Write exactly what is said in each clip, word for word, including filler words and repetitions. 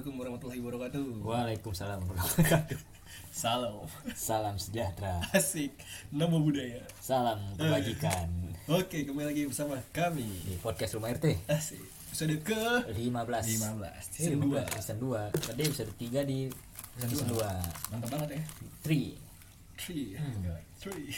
Assalamualaikum warahmatullahi wabarakatuh. Waalaikumsalam warahmatullahi wabarakatuh. Salam. Salam sejahtera. Asik. Nama budaya. Salam kebajikan. Oke, kembali lagi bersama kami Di podcast Rumah R T Asik. Episode ke lima belas. lima belas Eh, season lima dua. belas, Season dua. Tadi episode tiga di season dua. Mantap banget ya. tiga. Three. Three.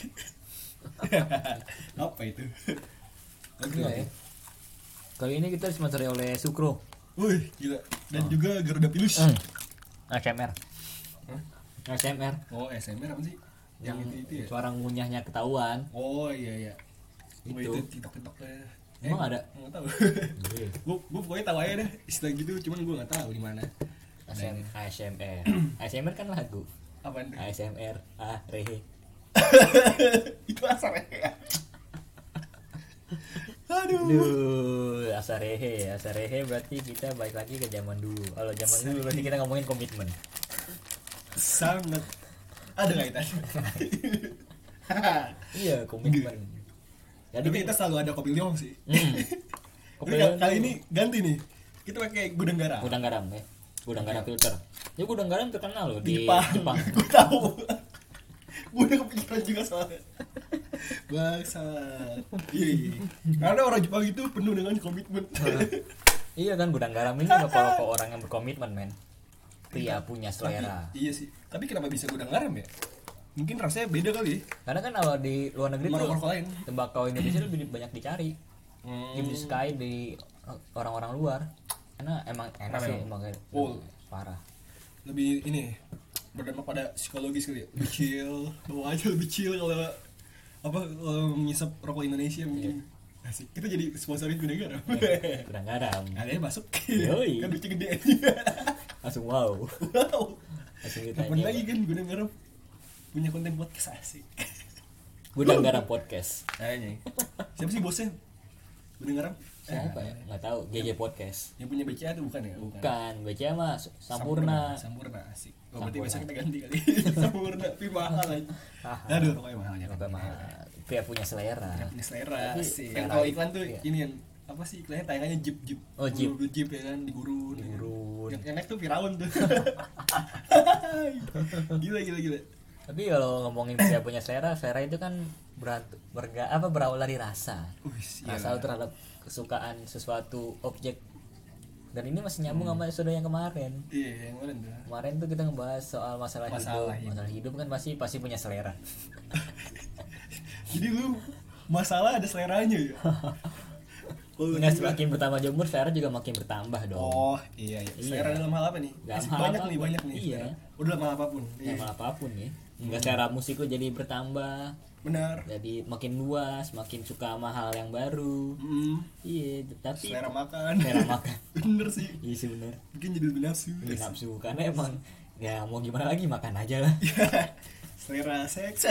Apa itu? Oke. Iya, ya. Kali ini kita disponsori oleh Sukro. Wih, gila. Dan juga Garuda Pilus. Hmm. A S M R. Hah? A S M R. Oh, S M R apa sih? Yang Yang itu itu ya. suara ngunyahnya ketahuan. Oh, iya iya. Oh, Itu. itu TikTok-TikTok. Emang ada? Enggak tahu. Iya. Gue gue pokoknya tahu aja deh istilah gitu, cuman gue nggak tahu di mana. A S M A S M R. A S M R kan lagu. Apaan tuh? A S M R. Ah, rehe. Itu asal ya. Aduh. Duh, asarehe, asarehe berarti kita balik lagi ke zaman dulu. Kalau zaman dulu berarti kita ngomongin komitmen. Sangat ada kaitannya. Iya, komitmen. Jadi Tapi kita selalu ada kopi liong sih. Hmm. Tapi kali, kali ini ganti nih. Kita pakai gudang garam. gudang garam ya. Gudang garam filter. Ya gudang garam terkenal loh di, Di Jepang. Jepang. Gue tahu. Gue udah kepikiran juga soalnya. Bangsa. Iya, iya. Karena orang Jepang itu penuh dengan komitmen. Iya kan, gudang garam ini loko-loko orang yang berkomitmen, men. Pria punya selera. Tapi, iya sih. Tapi kenapa bisa gudang garam ya? Mungkin rasanya beda kali ya. Karena kan kalau di luar negeri Sama tuh rokok lain. tembakau Indonesia lebih banyak dicari. Hmm. Lebih disukai di orang-orang luar. Karena emang enak Kenapa sih, emang? emang Oh. parah. Lebih ini berdampak pada psikologis kali ya. Lebih chill. Bawa aja lebih chill kalau apa kalau mengisap rokok Indonesia mungkin. Asik. Kita jadi sponsorin gudang garam. Gudang garam. Ada yang masuk. Yoi. Kan duitnya gede. Langsung wow. Wow. Langsung kita Kapan nyewa. lagi kan gudang garam punya konten podcast asik. Gudang garam podcast. Kayaknya. Siapa sih bosnya? Gudang garam? Siapa ya? Nggak tahu. G J podcast. Yang punya B C A tuh bukan ya? Bukan. B C A mah Sampurna. Sampurna asik. Oh, berarti Sampurna. besok kita ganti kali. Sampurna tapi mahal aja. Aduh, pokoknya mahal ya. Rokok mahal. Pria punya selera. Punya selera Tapi sih. selera Kan kalau iklan tuh iya. ini yang apa sih iklannya tayangannya jeep jeep. Oh, jeep. Guru jeep ya kan di gurun. Di gurun. Yang enak tuh Firaun tuh. Gila gila gila. Tapi kalau ngomongin pria punya selera, selera itu kan berat, berga, apa berawal dari rasa. Wih, Rasa lu terhadap kesukaan sesuatu objek. Dan ini masih nyambung sama episode yang kemarin. Iya, yang mana tuh? Kemarin tuh kita ngebahas soal masalah, Masalah hidup. hidup. Masalah hidup kan pasti pasti punya selera. Jadi lu masalah ada seleranya ya? Oh, Nggak gila. semakin bertambah umur, selera juga makin bertambah dong. Oh iya, iya. Selera Iya. dalam hal apa nih? Dalam Asik, hal banyak apapun. nih, banyak nih. Iya. selera. Udah dalam hal apapun. Iya. Sama apapun ya. Enggak selera musik lu jadi bertambah. Benar. Jadi makin luas, makin suka sama hal yang baru. Hmm. Iya, tapi Selera makan. selera makan. Bener sih. Iya sih bener. Bikin jadi lebih nafsu. Lebih nafsu karena emang ya mau gimana lagi, makan aja lah. Selera seks.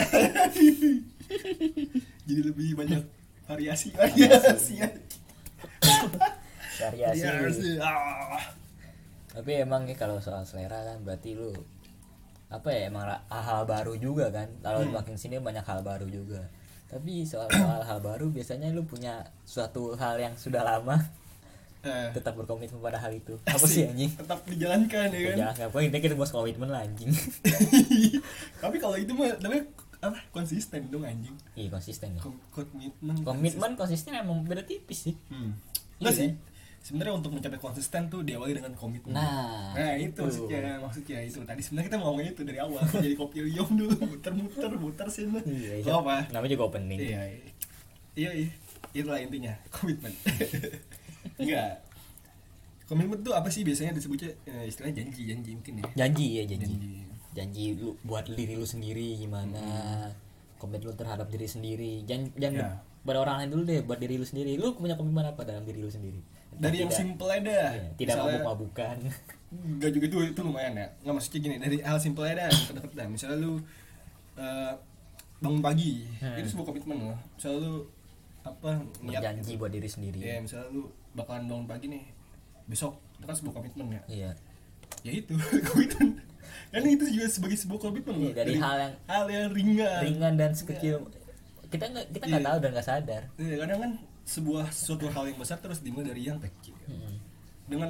Jadi lebih banyak variasi, variasi. Variasi. Variasi. Ah. Tapi emang nih kalau soal selera kan berarti lu apa ya, emang ra- hal baru juga kan. Kalau Hmm. makin sini banyak hal baru juga. Tapi soal soal hal baru biasanya lu punya suatu hal yang sudah lama Eh, tetap berkomitmen pada hal itu. Apa sih anjing? Tetap dijalankan ya kan. Ya ngapain kita bos komitmen lah anjing. Tapi kalau itu mah namanya apa? Konsisten dong anjing. Iya konsisten ya. Kom- Komitmen. Komitmen konsisten emang beda tipis sih. Hmm. Iya, Enggak sih. kan? Sebenarnya untuk mencapai konsisten tuh diawali dengan komitmen. Nah, Nah itu, itu. maksudnya, maksudnya itu tadi sebenarnya kita mau ngomongin itu dari awal. Jadi kopi liong dulu, muter-muter, muter sini. Iya, Gak apa? namanya juga opening. Iya, iya, iya, iya. Itulah intinya komitmen. Enggak. Komitmen tuh apa sih biasanya disebutnya eh, istilahnya janji, janji mungkin ya. Janji ya janji. Janji. Janji lu buat diri lu sendiri gimana. Komitmen lu terhadap diri sendiri. Jangan jangan Ya. pada orang lain dulu deh, buat diri lu sendiri. Lu punya komitmen apa dalam diri lu sendiri? Dari yang Tidak- simple aja. iya, tidak Misalnya- mabuk-mabukan. Enggak juga itu itu lumayan ya. Enggak maksudnya gini, dari hal simple aja yang terdekat dah. Misalnya lu eh, bangun pagi, Hmm. itu sebuah komitmen loh. Misalnya lu apa niat Berjanji buat diri sendiri. ya, misalnya lu bakalan bangun pagi nih besok, itu kan sebuah komitmen ya. Iya. Ya itu komitmen. Kan itu juga sebagai sebuah komitmen Iya, loh. dari hal yang hal yang ringan. ringan dan sekecil kita nggak kita nggak Iya. tahu dan nggak sadar. Ya, kadang kan sebuah suatu hal yang besar terus dimulai dari yang kecil. Mm-mm. Dengan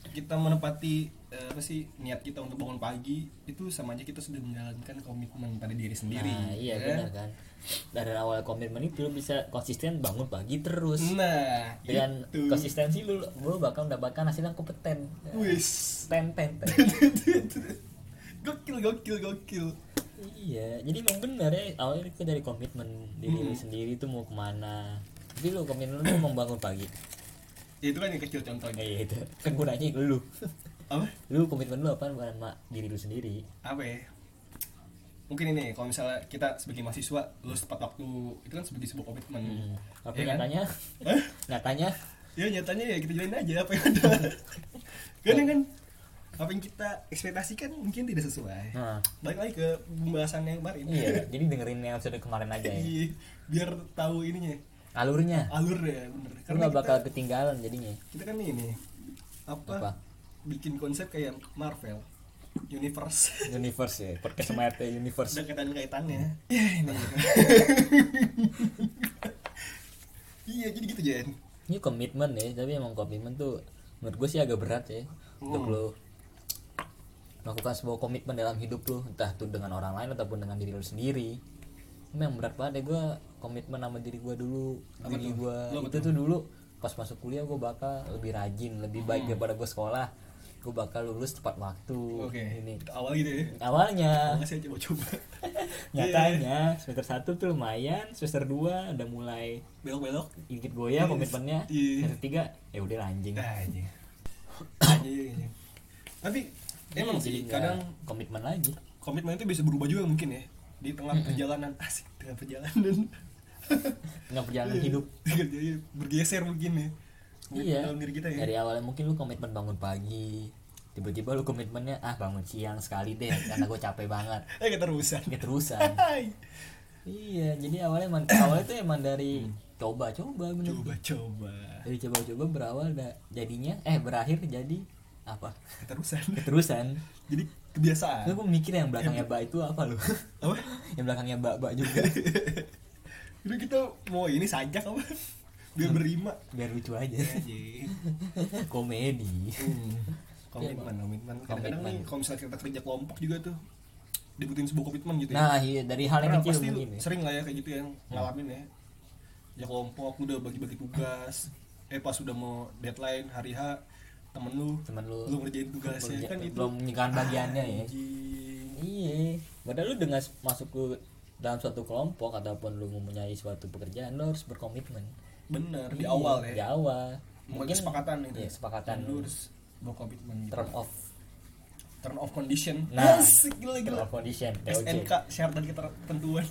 kita menepati eh, apa sih niat kita untuk bangun pagi itu sama aja kita sudah menjalankan komitmen pada diri sendiri. Nah iya ya? benar kan. Dari awal komitmen itu lu bisa konsisten bangun pagi terus. Nah, Dengan itu. konsistensi lu lu bakal mendapatkan hasil yang kompeten. Wis. Ten ten ten. Gokil gokil gokil. Iya, jadi emang benar ya awalnya itu dari komitmen diri lu sendiri tuh mau kemana. Jadi lu komitmen lu tuh membangun pagi. Ya, itu kan yang kecil contohnya. Kayak gitu. Kan gunanya lu. Apa? Lu komitmen lu apa sama diri lu sendiri? Apa ya? Mungkin ini kalau misalnya kita sebagai mahasiswa lulus tepat waktu itu kan sebagai sebuah komitmen. Hmm. Tapi Ya kan? nyatanya, Hah? nyatanya Ya nyatanya ya kita jalanin aja apa yang ada. Kadang kan apa yang kita ekspektasikan mungkin tidak sesuai. nah, Balik lagi ke pembahasan yang kemarin. iya, jadi dengerin yang episode kemarin aja ya. Iya, biar tahu ininya Alurnya. alur ya bener. Lu gak bakal ketinggalan jadinya. kita kan ini apa, Apa? bikin konsep kayak Marvel Universe. Universe ya, podcast sama R T Universe. Udah kaitan-kaitannya. Ya ini gitu. Iya jadi gitu Jen. Ini komitmen ya, tapi emang komitmen tuh menurut gue sih agak berat ya untuk Hmm. lo melakukan sebuah komitmen dalam hidup lo, entah itu dengan orang lain ataupun dengan diri lo sendiri. Memang berat banget ya gue komitmen sama diri gue dulu. Apa Diri tuh? gue Lo apa itu tuh? tuh dulu pas masuk kuliah gue bakal lebih rajin, lebih baik Hmm. daripada gue sekolah. Gue bakal lulus tepat waktu. Oke. Ini Kita awal gitu ya. awalnya. Makasih coba-coba. Nyatanya semester satu tuh lumayan, semester dua udah mulai Belok-belok. dikit goyah komitmennya. Iya. Semester tiga ya udah anjing. Nah, anjing. Anjing, anjing. Tapi emang Iya, sih jadi nggak kadang komitmen lagi. komitmen itu bisa berubah juga mungkin ya di tengah perjalanan. Asik, tengah perjalanan. Nggak perjalanan hidup. Iya, bergeser mungkin ya. Komitmen Iya. dalam diri kita ya. Dari awalnya mungkin lu komitmen bangun pagi, tiba-tiba lu komitmennya ah bangun siang sekali deh karena gue capek banget. Eh keterusan. Keterusan. Hai. Iya, jadi awalnya emang, awalnya tuh emang dari coba-coba bener. Coba-coba. Dari coba-coba berawal da, jadinya eh berakhir jadi apa? Keterusan. Keterusan. Jadi kebiasaan. Lu gue mikir yang belakangnya bak itu apa lu? Apa? Yang belakangnya bak-bak juga. Ini kita mau ini sajak apa? Biar berima. Biar lucu aja. Anjing. Komedi. Hmm. Komitmen, komitmen. Kadang-kadang Komitmen. nih kalau misalnya kita kerja kelompok juga tuh dibutuhin sebuah komitmen gitu ya. Nah, iya dari hal yang Karena kecil pasti mungkin ya. sering lah ya kayak gitu yang ngalamin ya. Ya kelompok udah bagi-bagi tugas. Eh pas udah mau deadline hari H temen lu Temen lu belum ngerjain tugasnya belum- kan itu. belum menyikakan bagiannya ya. Anjing. Iya, padahal lu dengan masuk ke dalam suatu kelompok ataupun lu mempunyai suatu pekerjaan lu harus berkomitmen. Bener di Iya, awal Di ya. awal. Mungkin kesepakatan itu. Iya, kesepakatan lu harus berkomitmen gitu. turn off. Turn off condition. Nah, Asik, gila Turn gila. off condition. T O S J. N K syarat dan ketentuan.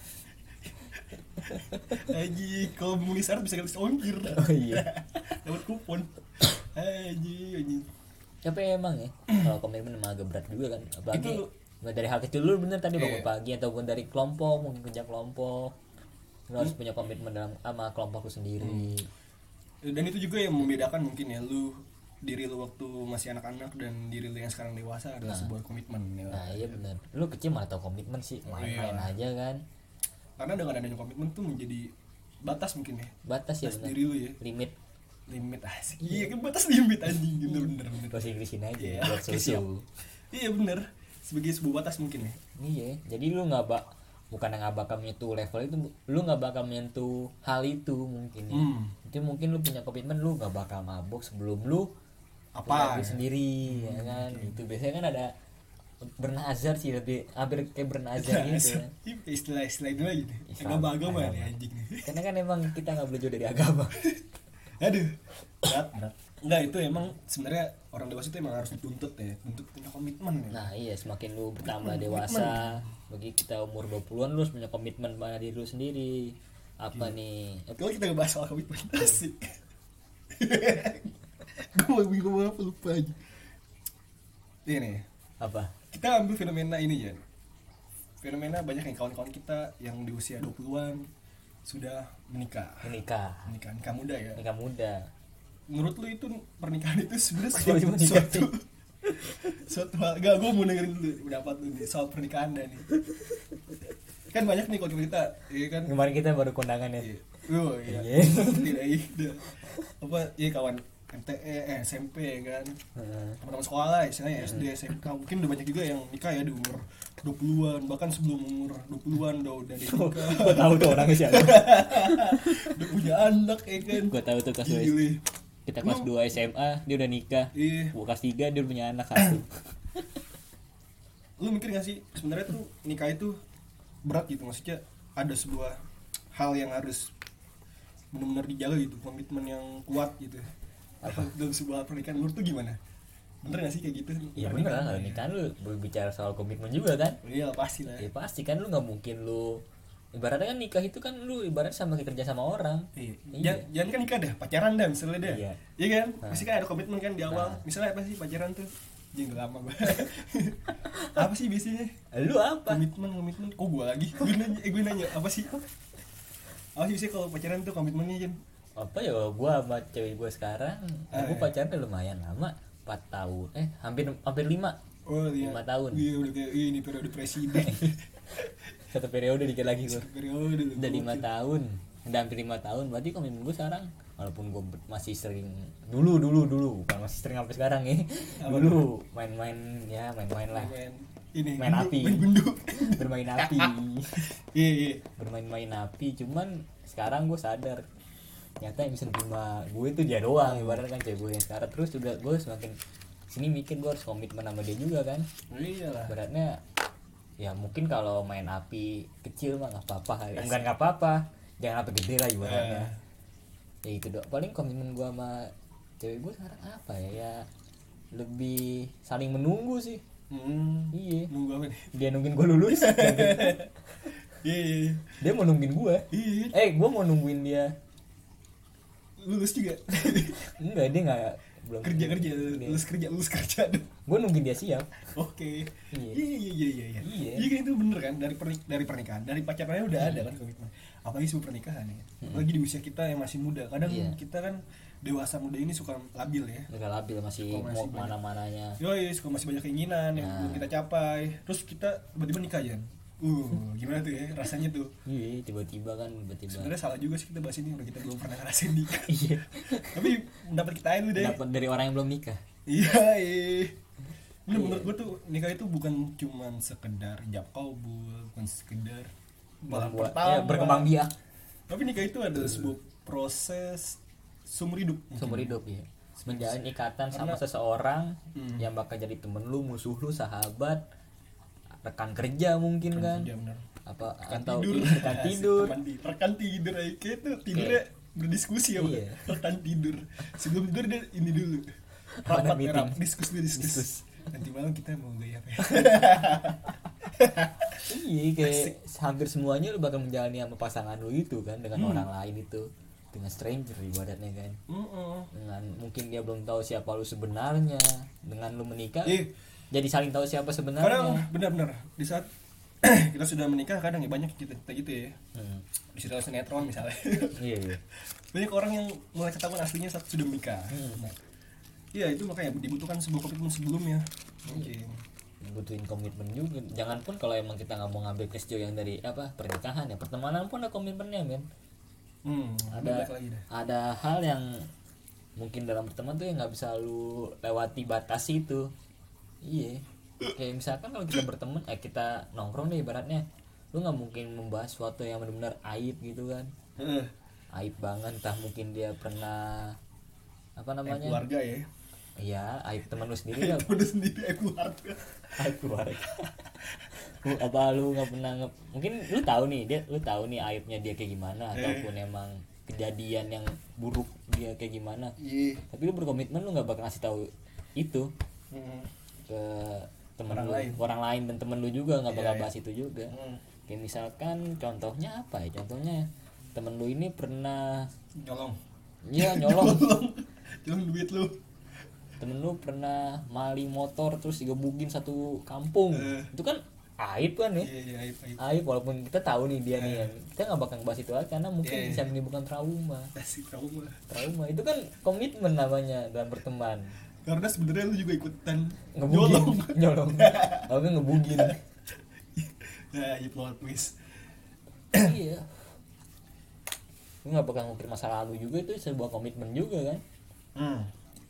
Aji, kalau beli syarat bisa gratis ongkir. Oh iya. Dapat kupon. Aji, aji. Tapi emang ya, kalau komitmen emang agak berat juga kan. Apalagi Itu- nggak dari hal kecil lu bener tadi bangun Iya. pagi ataupun dari kelompok, mungkin kerja kelompok. Lu harus punya komitmen dalam sama kelompok lu sendiri. Dan itu juga yang membedakan mungkin ya lu diri lu waktu masih anak-anak dan diri lu yang sekarang dewasa adalah sebuah komitmen ya. Nah, iya bener. Lu kecil malah tau komitmen sih, main-main Iya. aja kan. Karena dengan adanya komitmen tuh menjadi batas mungkin ya. Batas ya Batas bener. diri lu ya. Limit. Limit asik. Iya kan batas limit anjing bener bener bener. Bahasa Inggrisin aja Iya, buat oke, susu. siap. Iya bener. Sebagai sebuah batas mungkin ya. Iya, jadi lu nggak bak bukan nggak bakal menyentuh level itu, lu nggak bakal menyentuh hal itu mungkin. Ya. Hmm. Itu mungkin lu punya komitmen lu nggak bakal mabuk sebelum lu Apa? punya duit sendiri, ya kan? Itu biasanya kan ada bernazar sih lebih hampir kayak bernazar gitu. Ya. Istilah-istilah itu lagi nih. Islam, Agama-agama agama. nih anjing nih. Karena kan emang kita nggak boleh jauh dari agama. Aduh. Berat, berat. Enggak, itu emang sebenarnya orang dewasa itu emang harus dituntut ya, tuntut punya komitmen ya. Nah iya, semakin lu bertambah Komitmen, dewasa, bagi kita umur dua puluhan lu harus punya komitmen pada diri lu sendiri. Apa nih? Kalau kita ngebahas soal komitmen asik. Gue mau bingung apa lupa aja. Ini nih, Apa? kita ambil fenomena ini ya. Fenomena banyak yang kawan-kawan kita yang di usia dua puluhan sudah menikah. Menikah. Menikah, nikah muda ya. Nikah muda. Menurut lu itu pernikahan itu sebenarnya Kok suatu, cuma nikah suatu, suatu hal. Gak, gue mau dengerin dulu pendapat lu nih soal pernikahan dah nih. Kan banyak nih kalau kita, ya kan. Kemarin kita baru kondangan ya. Iya. Oh iya. Iya. Tidak iya. Apa? Iya kawan M T E, eh, S M P kan. Heeh. Teman-teman sekolah lah, istilahnya S D, S M K. Mungkin udah banyak juga yang nikah ya di umur dua puluhan, bahkan sebelum umur dua puluhan udah udah ada yang nikah. Gue tahu tuh orangnya siapa. Udah punya anak ya kan. Gue tahu tuh kelas dua. Gile. Kita kelas dua S M A dia udah nikah. Iya. Gua kelas tiga dia udah punya anak satu. Lu mikir gak sih sebenarnya tuh nikah itu berat gitu, maksudnya ada sebuah hal yang harus benar-benar dijaga gitu, komitmen yang kuat gitu. Apa dalam sebuah pernikahan menurut tuh gimana? Bener gak sih kayak gitu? Iya bener lah, kalau nikahan lu berbicara soal komitmen juga kan. Iya pasti lah. Ya pasti kan, lu nggak mungkin lu ibaratnya kan nikah itu kan lu ibarat sama kayak kerja sama orang. Iya. Iya. Jangan, jangan kan nikah dah, pacaran dah misalnya dah. Iya. Iya kan? Nah. Pasti kan ada komitmen kan di awal. Nah. Misalnya apa sih pacaran tuh? Jangan lama gua. Apa sih biasanya? Lu apa? Komitmen, komitmen. Kok gua lagi? Gue nanya, eh, gue nanya apa sih? Apa sih biasanya kalau pacaran tuh komitmennya Jen? Apa ya, gua sama cewek gua sekarang, Ah, aku iya. pacaran udah lumayan lama, empat tahun. Eh, hampir hampir lima. Oh iya. Lima tahun. Iya udah kayak ini periode presiden. Satu periode dikit lagi gua. Periode lu. Udah lima tahun. Udah hampir lima tahun. Berarti komitmen gua sekarang, walaupun gua ber- masih sering dulu dulu dulu, bukan masih sering sampai sekarang ya. Apa Dulu main-main ya, main-main lah. Main ini Main gundu, api. main gundu. Bermain api. Iya iya. Bermain-main api, cuman sekarang gue sadar ternyata yang bisa nerima gue itu dia doang, ibaratnya kan cewek gue yang sekarang. Terus juga gue semakin sini mikir gue harus komitmen sama dia juga kan. Iyalah. Ibaratnya ya mungkin kalau main api kecil mah nggak apa-apa, ya, bukan nggak apa-apa, jangan api gede lah ibaratnya. Ya itu doang. Paling komitmen gue sama cewek gue sekarang apa ya, ya lebih saling menunggu sih. Hmm. Iya, Nunggu apa nih? dia nungguin gue lulus. Iya iya. Dia mau nungguin gue. Iya. Eh, gue mau nungguin dia. Lulus juga. Enggak, dia nggak belum Kerja kerja, lulus kerja, lulus kerja. Gue nungguin dia siap. Oke. Iya. Iya iya iya iya. Iya. Iya. Iya kan itu bener kan, dari pernik dari pernikahan, dari pacarannya udah ada kan komitmen. Apalagi sebelum pernikahan ya. Apalagi di usia kita yang masih muda. Kadang Iya. kita kan dewasa muda ini suka labil ya. Nggak labil, masih Suka masih mau banyak. mana-mananya. Yoi, suka masih banyak keinginan yang Nah. belum kita capai. Terus kita tiba-tiba nikah ya. Uh, gimana tuh ya rasanya tuh? Iya, tiba-tiba kan tiba-tiba. Sebenarnya salah juga sih kita bahas ini, udah kita belum pernah ngerasain nikah. Iya. Tapi pendapat kita aja dulu deh. Dapat dari orang yang belum nikah. Iya, iya. Ini Iya. menurut gue tuh nikah itu bukan cuman sekedar jab kabul, bukan sekedar malam Membuat- pertama. ya, berkembang biak Tapi nikah itu adalah sebuah proses seumur hidup. mungkin. seumur hidup ya. Menjalin ikatan sama Karena- seseorang Hmm. yang bakal jadi temen lu, musuh lu, sahabat, rekan kerja mungkin kan. Iya benar. Apa Rekan atau tidur. rekan Asik, tidur. teman ti- rekan tidur aja. Kayak itu tidurnya berdiskusi ya, Bang. Iya. Rekan tidur. Sebelum tidur dia ini dulu. Ada Rapat, meeting. rapat, diskus dulu, diskus. Diskus. Nanti malam kita mau gaya apa ya? Iya, kayak hampir semuanya lu bakal menjalani sama pasangan lu itu kan, dengan Hmm. orang lain itu, dengan stranger ibaratnya kan. Mm-mm. Dengan mungkin dia belum tahu siapa lu sebenarnya, dengan lu menikah Iya. jadi saling tahu siapa Kadang sebenarnya. benar-benar di saat kita sudah menikah, kadang ya banyak kita, kita gitu ya. Hmm. Di serial sinetron misalnya. Iya, iya. Banyak orang yang mulai ketahuan aslinya saat sudah menikah. Hmm. Nah, iya itu makanya dibutuhkan sebuah komitmen sebelumnya. Mungkin. Butuhin komitmen juga. Jangan pun kalau emang kita nggak mau ngambil case yang dari apa pernikahan ya, pertemanan pun ada komitmennya men. Hmm, Ada balik lagi dah. ada hal yang mungkin dalam pertemanan tuh yang nggak bisa lu lewati batas itu. Iya. Kayak misalkan kalau kita berteman, eh kita nongkrong deh ibaratnya, lu nggak mungkin membahas sesuatu yang benar-benar aib gitu kan. Heeh. Aib banget, entah mungkin dia pernah apa Eh, namanya, keluarga ya. iya aib teman lu sendiri lah. Udah sendiri eh, keluarga. Aib keluarga. Lu apa lu nggak pernah nge- mungkin lu tahu nih dia, lu tahu nih aibnya dia kayak gimana, Eh. ataupun emang kejadian yang buruk dia kayak gimana, Iya. tapi lu berkomitmen lu nggak bakal ngasih tahu itu Hmm. ke temen Orang lu, lain. orang lain dan temen lu juga nggak Iya, bakal iya. bahas itu juga. Hmm. Kayak misalkan contohnya apa ya, contohnya temen lu ini pernah Nyolong. iya nyolong. Nyolong duit lu. Temen lu pernah maling motor terus digebukin satu kampung. Eh. Itu kan aib kan ya. Iya iya aib aib. Aib, walaupun kita tahu nih dia nih yang kita nggak bakal bahas itu lagi karena mungkin Iya. bisa menimbulkan trauma. Asik trauma. Trauma itu kan komitmen namanya dalam berteman. Karena sebenarnya lu juga ikutan Ngebugin, nyolong. nyolong. Kalau nggak ngebugin. Nah, ya plot twist. Iya. Lu nggak bakal ngungkit masa lalu juga, itu sebuah komitmen juga kan. Hmm.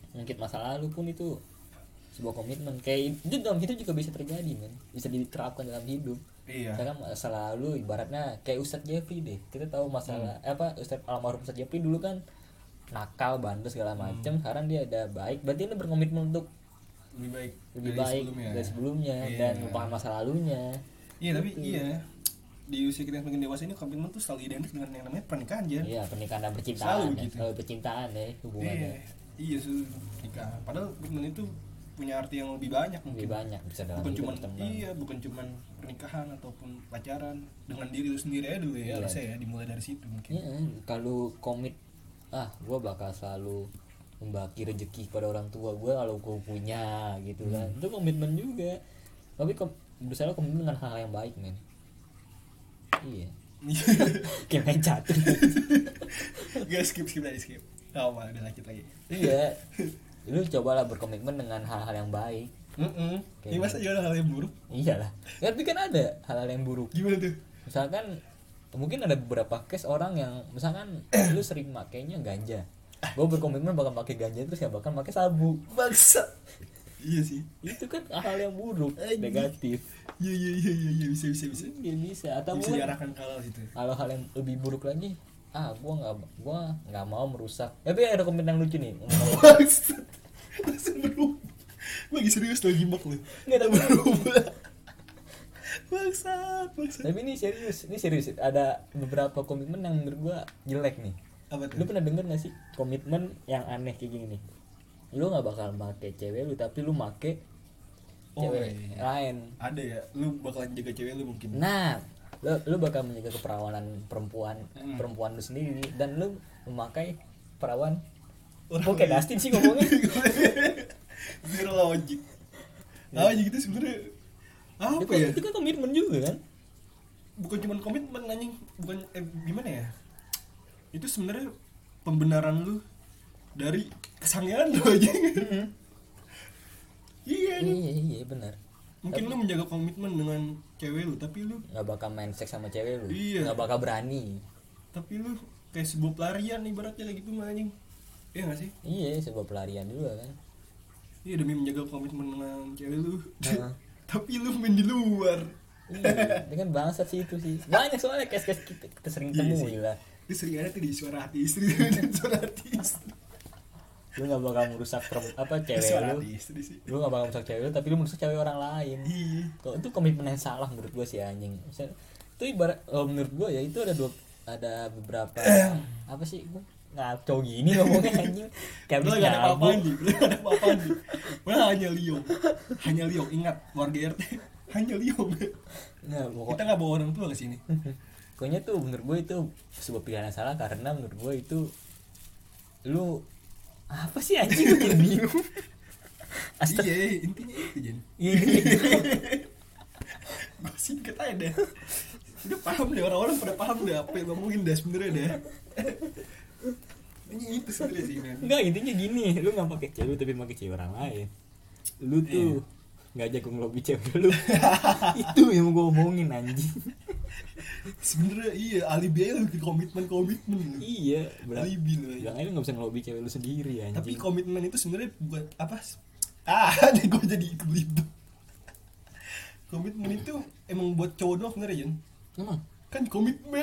mungkin masa lalu pun itu sebuah komitmen. Kayak itu dalam hidup juga bisa terjadi men, bisa diterapkan dalam hidup. Iya. Misalkan masa lalu ibaratnya kayak Ustadz Jeffrey deh, kita tahu masalah hmm. apa Ustadz almarhum Ustadz Jeffrey dulu kan nakal, bandel segala macem, hmm. sekarang dia ada baik, berarti dia berkomitmen untuk lebih baik lebih dari baik sebelumnya, dari sebelumnya iya. dan lupakan masa lalunya. Iya tapi gitu. iya di usia kita yang semakin dewasa ini komitmen tuh selalu identik dengan yang namanya pernikahan aja. Iya, pernikahan dan percintaan Selalu ya. gitu. Selalu percintaan ya hubungannya. Iya, iya sih pernikahan. Padahal komitmen itu punya arti yang lebih banyak mungkin. Lebih banyak bisa dalam bukan hidup cuman teman. iya, bukan cuman pernikahan ataupun pacaran, dengan diri lu sendiri aja dulu ya, Iya. harusnya ya dimulai dari situ mungkin. Iya, kalau komit ah gua bakal selalu membagi rezeki pada orang tua gue kalau gue punya gitu kan. Hmm. Itu komitmen juga. Tapi kom berusaha komitmen dengan hal yang baik men. Iya. Kayak main catur. Gak skip skip tadi skip. Oh malah ada lanjut lagi. Iya. Lu cobalah berkomitmen dengan hal-hal yang baik. Heeh. Kayak Ini masa ada hal yang buruk? Iyalah. Ya, tapi kan ada hal-hal yang buruk. Gimana tuh? Misalkan mungkin ada beberapa case orang yang misalkan lu sering makainya ganja. Gue berkomitmen bakal pakai ganja terus ya bakal pakai sabu. Bangsa. Iya sih. Itu kan hal yang buruk, Anjing. negatif. Iya iya iya iya iya bisa bisa bisa. Iya bisa. Atau Bisa mungkin diarahkan ke hal situ. kalau hal yang lebih buruk lagi, ah gua nggak gua nggak mau merusak. Tapi ada komentar yang lucu nih. Bangsa. Langsung berubah. Gue lagi serius lagi gimbak lu. Nggak ada berubah. Bangsa, bangsa. Tapi ini serius, ini serius. Ada beberapa komitmen yang menurut gua jelek nih. Apa tuh? Lu pernah denger gak sih komitmen yang aneh kayak gini nih? Lu nggak bakal make cewek lu tapi lu make Oh, cewek iya. lain. Ada ya, lu bakalan jaga cewek lu mungkin. Nah, lu lu bakal menjaga keperawanan perempuan Hmm. perempuan lu sendiri dan lu memakai perawan. Orang Kok kayak lain. Dustin sih ngomongnya? Zero logic. Logic itu sebenarnya apa Itu, ya? itu kan komitmen juga kan? Bukan cuma komitmen anjing, bukan eh, gimana ya? Itu sebenarnya pembenaran lu dari kesangian lu aja. Iya nih. Iya iya benar. Mungkin Tapi- lu menjaga komitmen dengan cewek lu, tapi lu Nggak bakal main seks sama cewek lu. Iya. Nggak bakal berani. tapi lu kayak sebuah pelarian ibaratnya kayak gitu mah anjing. Iya gak sih? Iya, sebuah pelarian juga kan. Iya demi menjaga komitmen dengan cewek lu. Heeh. Tapi lu main di luar. Iya, dengan bangsat sih itu sih. Banyak soalnya case-case kita, kita sering Iya temui sih. lah. Itu sering ada tuh di suara hati istri. Suara hati istri. Lu nggak bakal merusak perem- apa cewek Suara lu. hati istri sih. Lu nggak bakal merusak cewek lu tapi lu merusak cewek orang lain. Iya. Kok itu komitmen yang salah menurut gua sih anjing. Misal, itu ibarat oh, menurut gua ya itu ada dua ada beberapa apa sih gua ngaco gini ngomongnya anjing. Kayak Lu habis gak ada nyabu. apa-apaan di, lu gak ada apa-apaan di. Malah hanya liong, hanya liong. Ingat warga R T, hanya liong. Nah, pokok- Kita nggak bawa orang tua ke sini. pokoknya tuh menurut gue itu sebuah pilihan yang salah karena menurut gue itu lu apa sih anjing bikin bingung. Astaga. Iya, intinya itu Jen. Iya. Gue singkat aja deh. Udah paham deh, orang-orang pada paham deh apa yang ngomongin deh sebenernya deh. Ini itu sebenernya sih men. Enggak, intinya gini, lu nggak pakai cewek tapi pakai cewek orang lain. Lu tuh nggak jago ngelobi cewek lu. Itu yang gue omongin anjing. Sebenernya iya, alibi aja lu bikin komitmen-komitmen lu. Iya, berarti Alibi lu aja. yang lain nggak bisa ngelobi cewek lu sendiri anjing. Tapi komitmen itu sebenarnya bukan apa? Ah, nih gue jadi kelibet. Komitmen itu emang buat cowok doang sebenarnya Jen. Emang? Kan komitmen.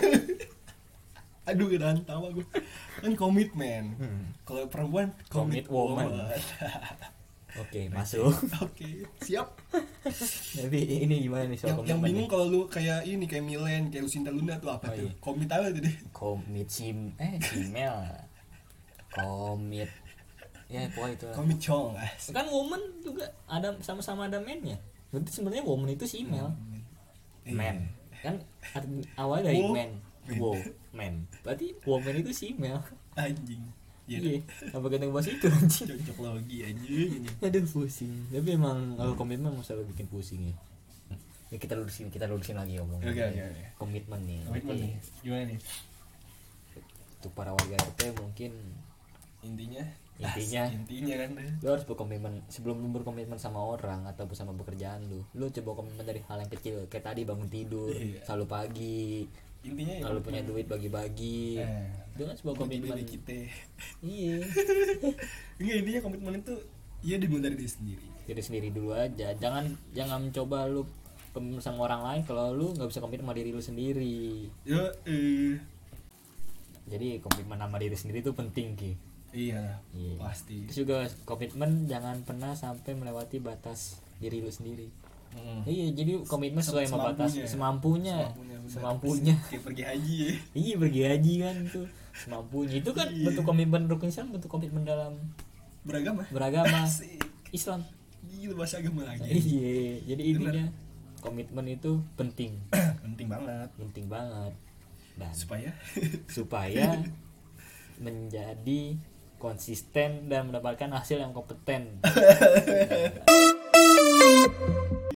Aduh udah tawa gue. Kan komitmen. Hmm. Kalau perempuan Commit woman. Oke, masuk. Oke, siap. Tapi ini gimana nih soal Yang, yang komitmen bingung nih? kalau lu kayak ini kayak Milen, kayak Lucinta Luna tuh apa Oh, tuh? iya. Komit apa tuh deh? Komit sim eh simel. Komit. Ya, pokoknya itu. lah. Komit cong, guys. Kan woman juga ada sama-sama ada man-nya. Berarti sebenarnya woman itu female. Iya. Man. Kan arti- awalnya dari Wo- man. Wow, man. Berarti woman itu female. Anjing. Iya. Iya. Apa kita bahas itu anjing? Cocok lagi anjing ini. Aduh pusing. Tapi emang kalau komitmen masalah bikin pusing ya. Ya kita lurusin, kita lurusin lagi ngomongnya. Oke, oke, oke. Komitmen nih. Komitmen Oke. nih. Gimana nih? Untuk para warga R T mungkin Intinya Intinya. Ah, intinya kan lu harus berkomitmen sebelum lu berkomitmen sama orang atau sama pekerjaan lu. Lu coba komitmen dari hal yang kecil kayak tadi bangun tidur, Iya. selalu pagi, intinya ya kalau komitmen. punya duit bagi-bagi. Eh, Itu kan sebuah komitmen. bagi kita. Iya. Enggak, intinya komitmen itu ya dimulai dari diri sendiri. Diri sendiri dulu aja, jangan jangan mencoba lu komitmen sama orang lain kalau lu nggak bisa komitmen sama diri lu sendiri. Ya eh Jadi komitmen sama diri sendiri itu penting Ki. iya, Iya. pasti. Terus juga komitmen jangan pernah sampai melewati batas diri lu sendiri. Mm. Iya, jadi komitmen sesuai sama batas Semampunya. semampunya. Semampunya, benar. Semampunya. Kayak pergi haji ya. Iya, pergi haji kan itu semampunya. Itu kan Iya. bentuk komitmen rukun Islam, bentuk komitmen dalam Beragama. beragama Asik. Islam. Gila, bahasa agama lagi. Iya, jadi intinya komitmen itu penting, Penting banget penting banget. Dan supaya supaya menjadi konsisten dan mendapatkan hasil yang kompeten.